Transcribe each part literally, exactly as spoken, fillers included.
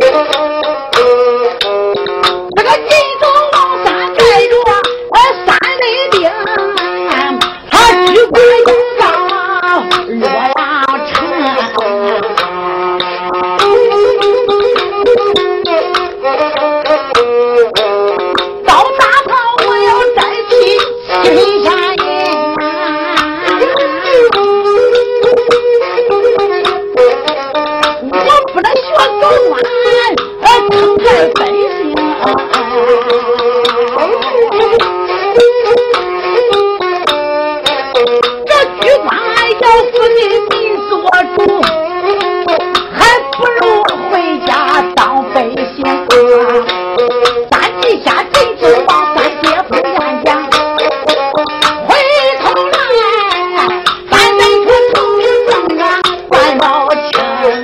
这个金钟王山盖着三雷顶，他举挂有高洛阳城。到大唐我要再去青山营，我不能学狗弯坑害百姓。这举官要府的民所主，还不如回家当百姓。三地下真就往三界不愿讲，回头来咱们可聪明正啊关老清。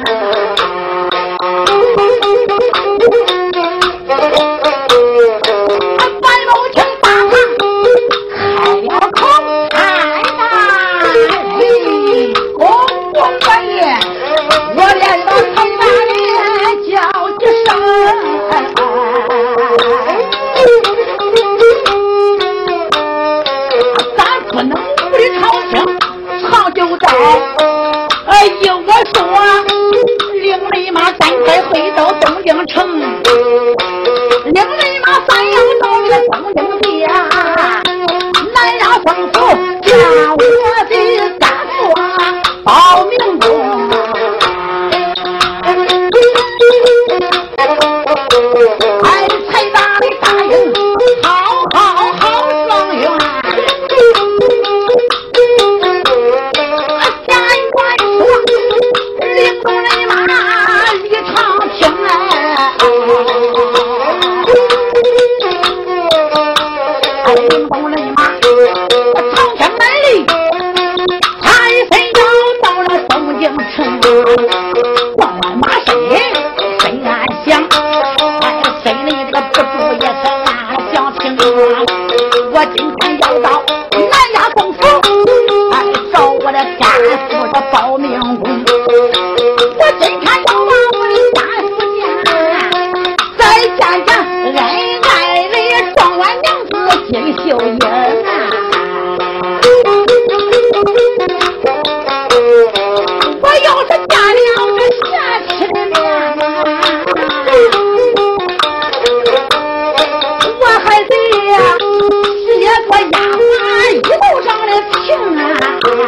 哎呦，我说领雷马赶快回到东京城，领雷马三要到这个东京地啊，南衙官府将我的大错报名中。哎，才大的答应，好好好状元。我今天要到南衙公府，哎，找我的家父的报名公。我今天要把我的家父见，再见见恩爱的状元娘子金秀英啊！我要是嫁了个下吃的面，我还得呀。我压满一头上的情啊！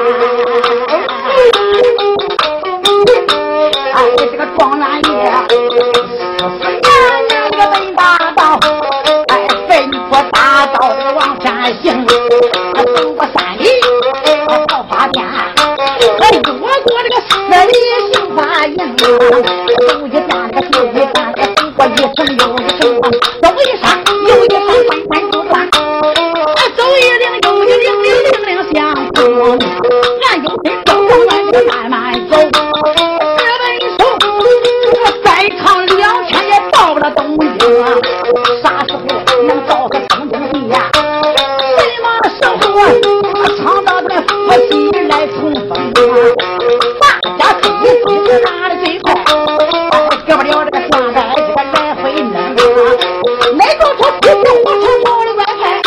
哎，这个状元爷，四年年这个奔大道，哎，奔过大道这个往山行，走过山里，桃花店，哎，越过这个四里杏花营，走一站这个走一站这走过一层又一层，走一山又一山，翻翻又翻。走一领又一领领领领相逢，俺有的走状元这个慢慢走，二本手再长两天也到不了东京啊！啥时候能到个东京地呀？什么时候尝到这个福气来重逢啊？大家自己自己拿的最快，给不了这个上来这个来回扔啊！没做出自己我成我的外派。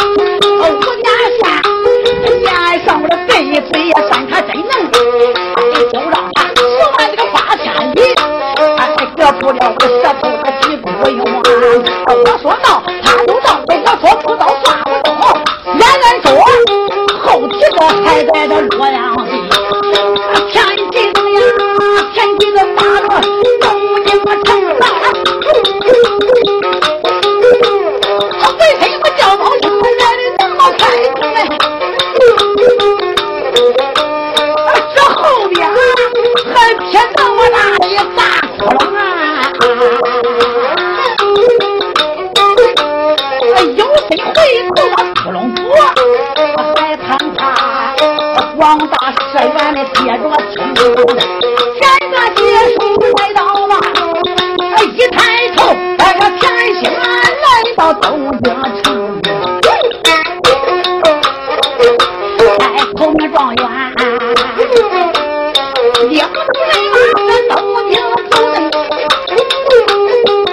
上我的背嘴呀，算他真能，就让他十万这个八千里，哎，得不了这舌头的几不用啊！我说到他都到位，我说不到算不动。原来说后几个还在这洛阳地，天气怎么样？天气的大热，东京城啊！为什么叫老兄来的这么开心呢？这后边还撇着我那一大窟窿啊！有谁回头把窟窿补？还看他广大社员的接着听，选择结束来到了，一抬头那个天星来到东京城。头名状元，领着人马在东京城，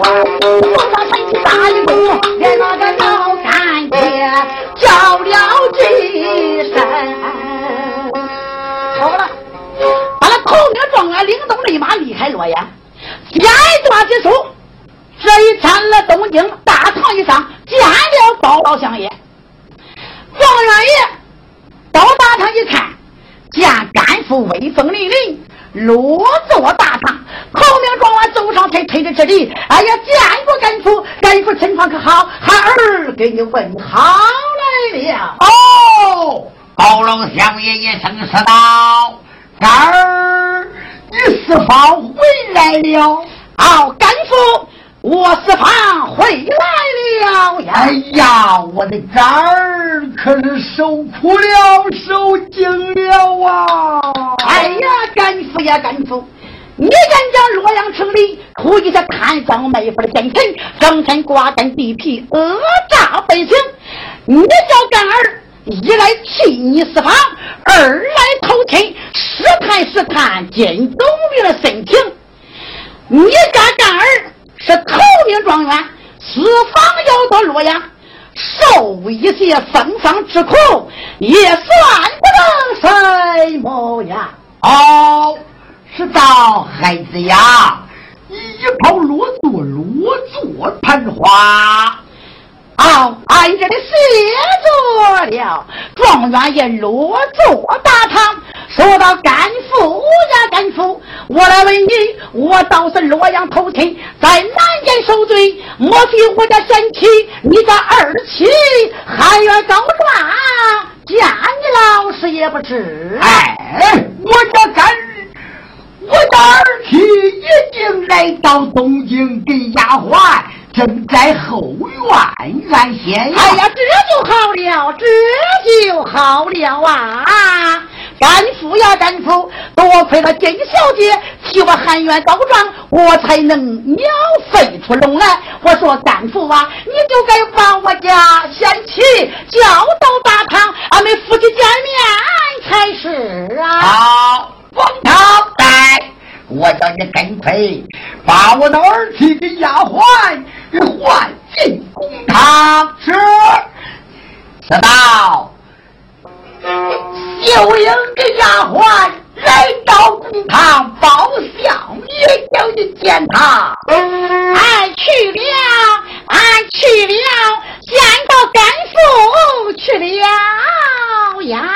我把神奇大一功，连那个老干爹叫了几声。好了，把那头名状元领动立马离开洛阳。下一段结束，这一天了东京大堂以上见了包老相爷。状元爷到大堂一看，见甘父威风凛凛，落座大堂。头名状元走上前推着这里，哎呀，见过甘父，甘父情况可好？孩儿给你问好来了。 哦，包老相爷一声说道：“干儿，你是否回来了？” 哦，甘父，我是方回来了呀！ 哎呀，我的干儿可是受苦了，受惊了啊！ 哎呀，甘父呀，甘父，你敢将洛阳城里出一些贪赃卖法的奸臣，整天瓜干地皮，讹诈百姓，你叫干儿一来替你四方，二来偷听，试探试探金东明的神情。你家干儿是头名状元，四方要到洛阳，受一些风霜之苦，也算不得什么呀。 哦，是道孩子呀，你一炮落座，落座谈话。 哦，俺这里写着了，状元也落座大堂，说到甘父呀甘父，我来问你，我倒是洛阳偷亲，在南间受罪，莫非我家贤妻，你家二妻含冤告状，见你老师也不是？ 哎，我家干我的儿妻已经来到东京给丫鬟正在后院安歇呀！ 哎呀，这就好了，这就好了啊！甘父呀，甘父，多亏了金小姐替我含冤告状，我才能鸟飞出笼来。我说甘父啊，你就该把我家贤妻叫到大堂，俺们夫妻见面才是啊！ 好，王涛来，我叫你跟随，把我的儿妻的丫鬟唤进公堂。是，知道。秀英的丫鬟来到公堂，包相爷叫你见他。 俺去了，俺去了，见到甘父去了呀。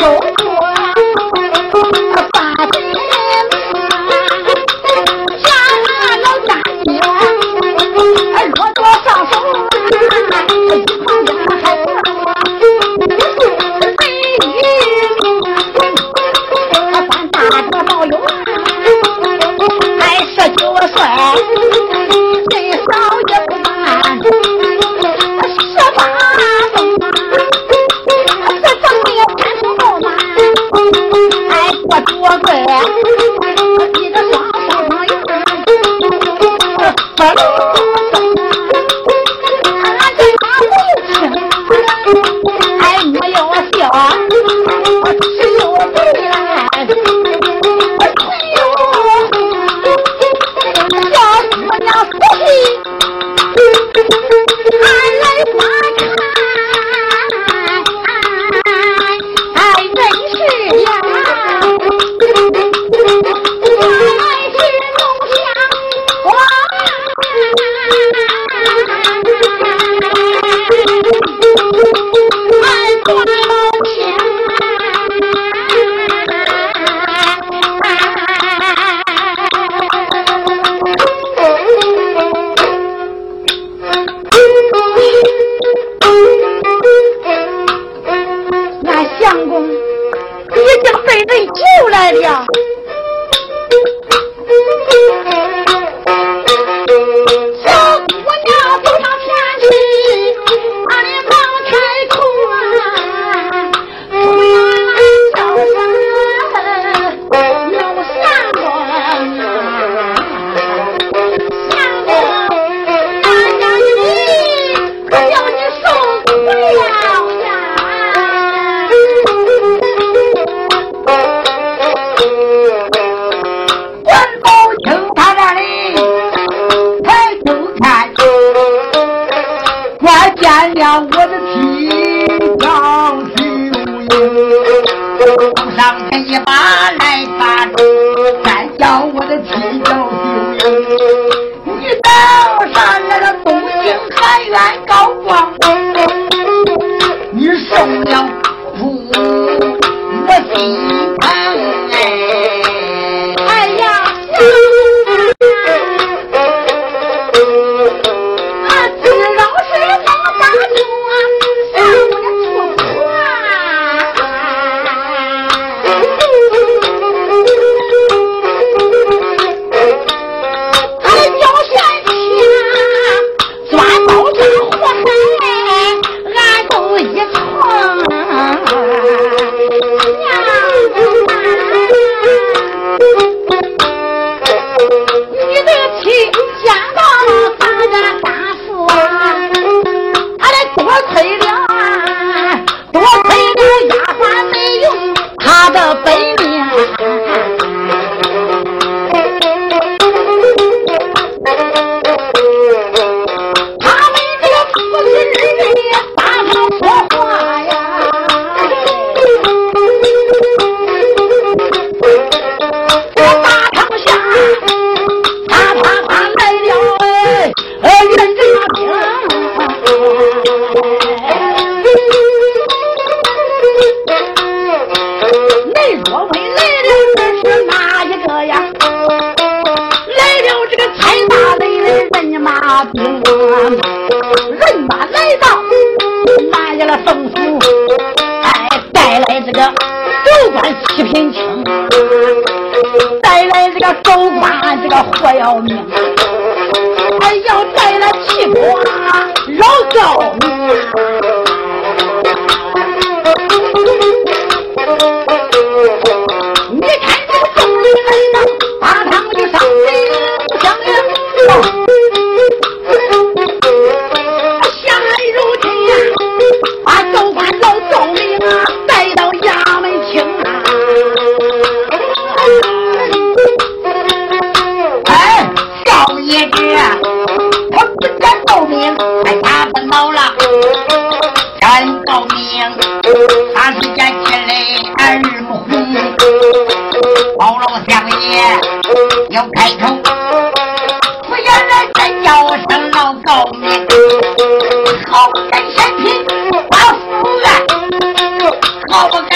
好不该下我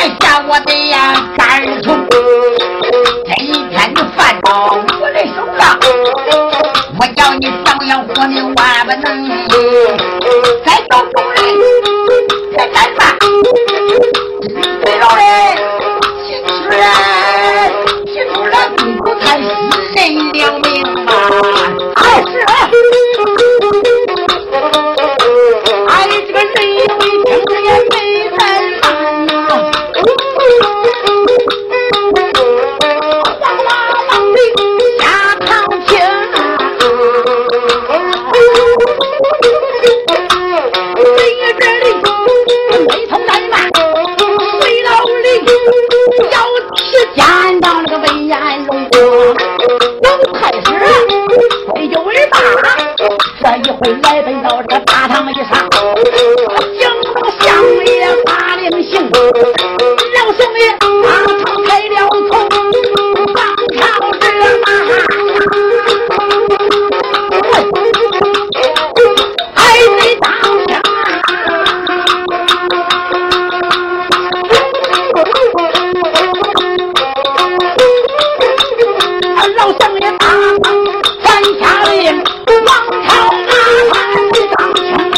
我的呀干从这一天就犯到我的手上，我叫你想要活命万不能，再到众人再干饭，最老人其实其出来公主才是人两命嘛，哎是哎这个人以为听着也没在看呐，慌忙忙的下堂前，人也这里没从怠慢，水老里要是见到那个文言龙光，能开始会有人骂，这一回来奔到这大堂以上，惊动相爷发令行，老相爷马上开了口，王朝之马，还得当上老相爷大堂传下令，王朝马还得当上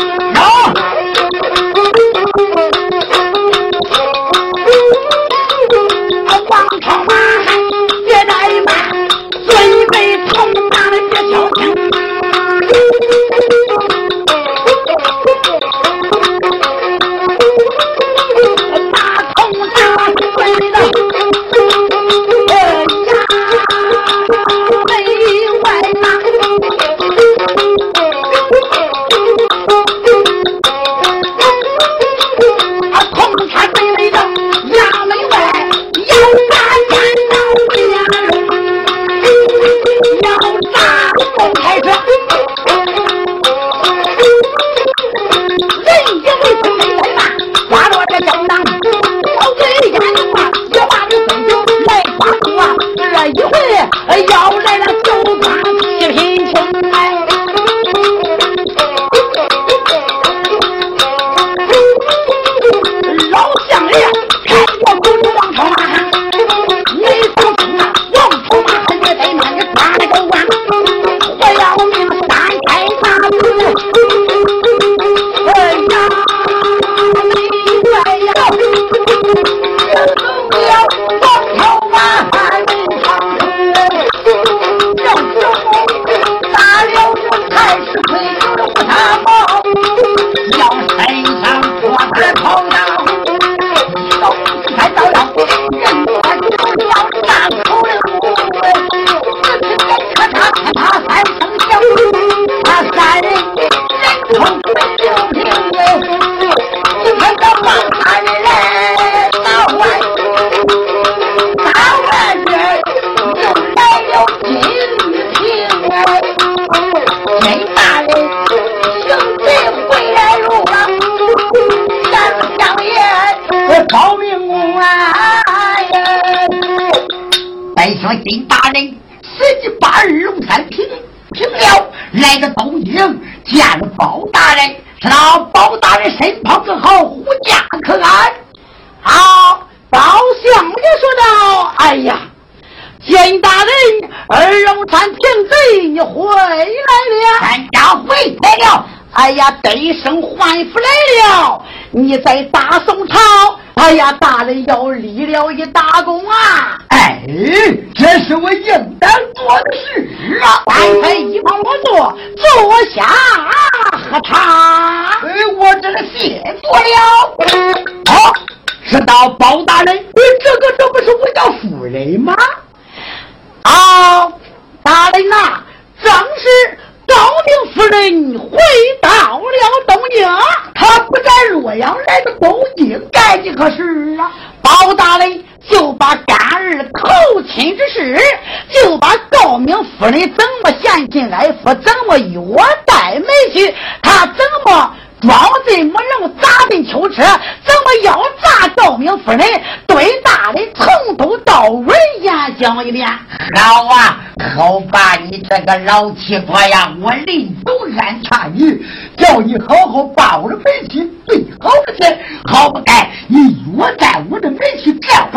王朝马还别怠慢，最被重大的别小听，马从大飞的要来了九官七品穷哎，老相爷开我口中王朝马汉，你放心啊，王朝马汉别怠慢，你抓那个弯，我要命三开大子，哎呀，没怪呀，人都要王朝马汉的长城。打了我才是亏了我他妈，要身上脱他的头脑，手才到了人他就要大口的路，我听见他他他他三声叫，他三人人头没留平，你看这王他的人大坏，大坏人又来了金真大人行罪回来路啊，三相爷高明公啊，再说金大人随即把二龙山平平了，来个东京见了包大人，知道包大人身旁正好护驾可安。 好，包相爷说道：哎呀，金大人，二龙山平贼，你回来了！ 俺家回来了！ 哎呀，得胜还福来了！你在大宋朝，哎呀，大人要立了一大功啊！ 哎，这是我应当做的事啊！ 刚才一旁落座，坐下喝茶。 哎，我这是谢过了。好，是到包大人，这个这不是我家夫人吗？ 啊，大人呐、啊，正是高明夫人回到了东京， 她不在洛阳，来到东京干的可是啊。 包大人就把干儿投亲之事，就把高明夫人怎么嫌亲爱妇，怎么约带没去，他怎么装进木笼砸进囚车，怎么要砸高明夫人，对大人从头到尾演讲一遍。 好啊，好把你这个老七婆呀，我临走安插你，叫你好好把我的煤气对好了些，好不该你约在我的煤气干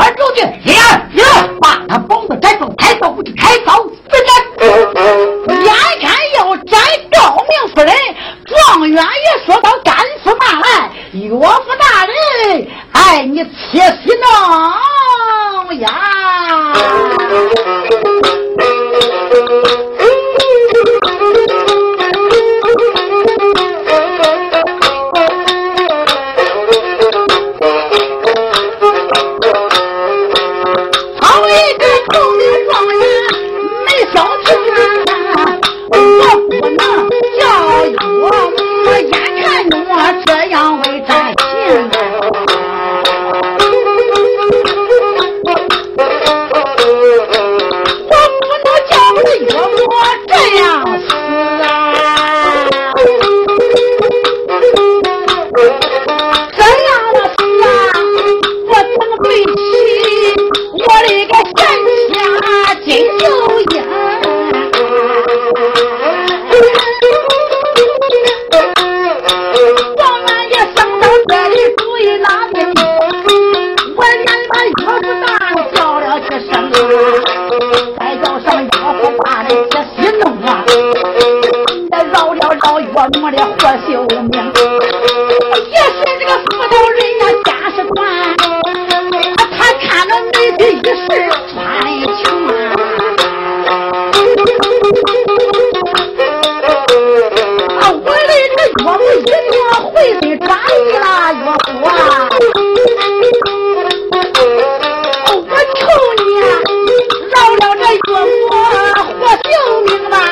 我的霍秀明也是这个斧头人呀，家事团，他看着美女一时穿穷啊，我的这个岳母一定回心转意了，岳父啊，我求你啊，饶了这岳母霍秀明吧。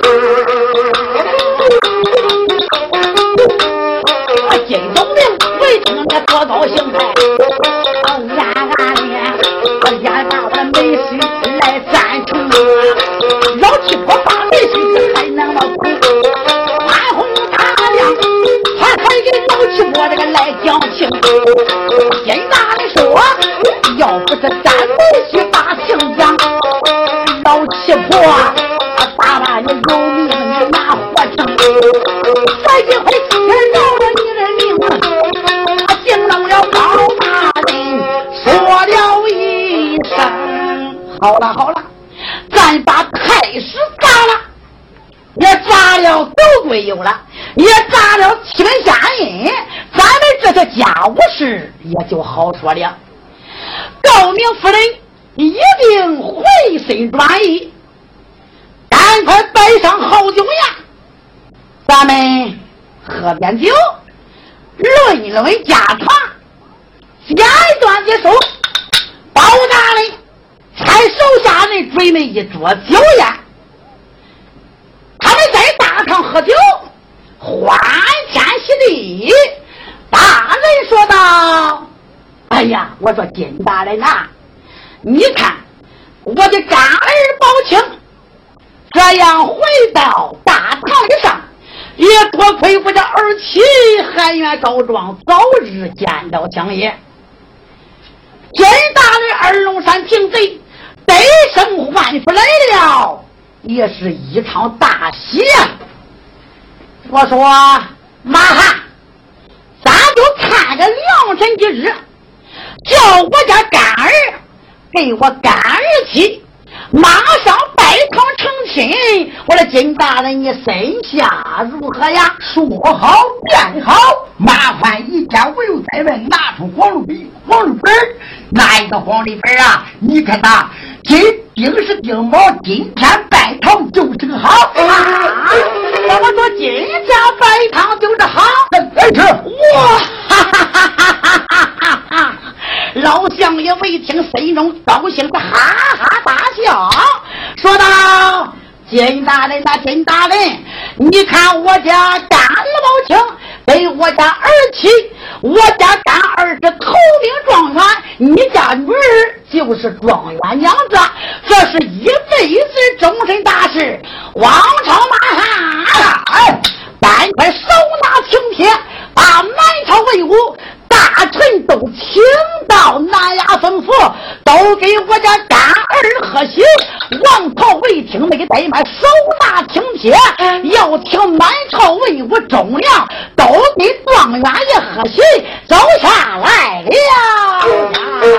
金东明为听着多高兴派，俺俺的，我眼把我的美婿来赞成，老七婆把美婿还能么苦，宽宏大量，他还给老七婆这个来讲情。金大的说，要不是咱美婿把情讲，老七婆大把你有命你拿活成，这一回天饶了你的命，惊动了高大人，说了一声：好了好了，咱把太师砸了，也砸了斗贵有了，也砸了青下印，咱们这些家务事也就好说了。高明夫人一定回心转意，赶快摆上好酒呀，咱们喝点酒，论论家常。下一段结束，包大人才手下人准备一桌酒宴，他们在大堂喝酒，欢天喜地。大人说道：哎呀，我说金大人呐，你看我的干儿宝清这样回到大堂以上，也多亏我的儿妻含冤告状，早日见到相爷。金大人二龙山平贼得胜焕福来了，也是一场大喜啊！我说马汉，咱就看着良辰吉日，叫我家干儿给我干儿妻马上拜堂成亲，我的金大人你身下如何呀？ 说好便好。麻烦一家我又再问，拿出黄绿笔黄绿本，那一个黄绿本啊？你看他今定是定毛，今天拜堂就是个好啊！怎么说今天拜堂就是好？ 哎是哇哈哈哈哈哈哈哈！老相爷未听，心中高兴的哈哈大笑，说道：金大人呐，金大人，你看我家干老青给我家儿妻，我家干儿是头名状元，你家女儿就是状元娘子，这是一辈子终身大事。王朝马汉，哎，赶快手拿请帖，把满朝文武大臣都请到南衙吩咐，都给我家干儿贺喜。王朝未听没怠慢，手拿请帖，要请满朝文武忠良，都给状元爷贺喜，走下来了。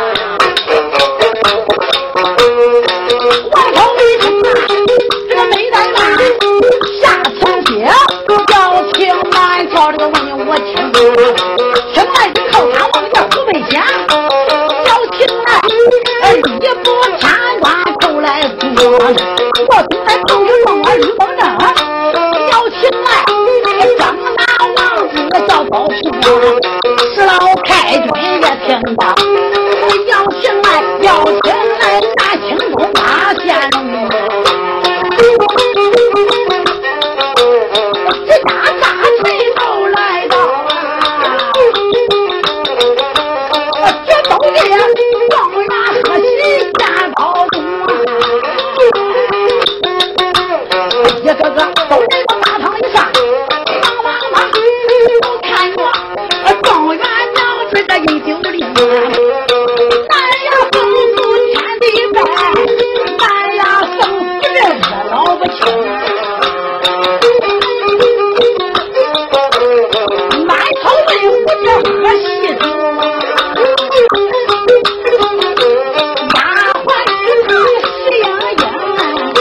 王朝未听啊，这个没怠慢，下请帖要请满朝这个文武请，请来就靠他往家湖北县，要请来一步参观。 我总在头一望我日光正，要请来张大王子叫高富，十老太君也听到，要请来要请来大清宫八仙龙，这大大锤头来到啊，这都是王牙和喜家高中啊，一个个都来到大堂以上，忙忙忙，都看着状元娘这个一九零，咱呀丰富天地白，咱呀生死人这老不清，满朝文武这喝喜酒，丫鬟之中喜洋洋，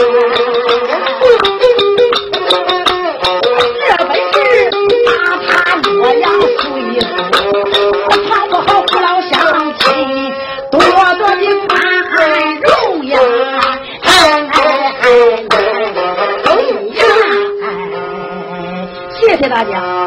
这本是大他洛阳数一数，常不好父老乡亲，多多的宽容呀，哎哎哎，哎呀，谢谢大家。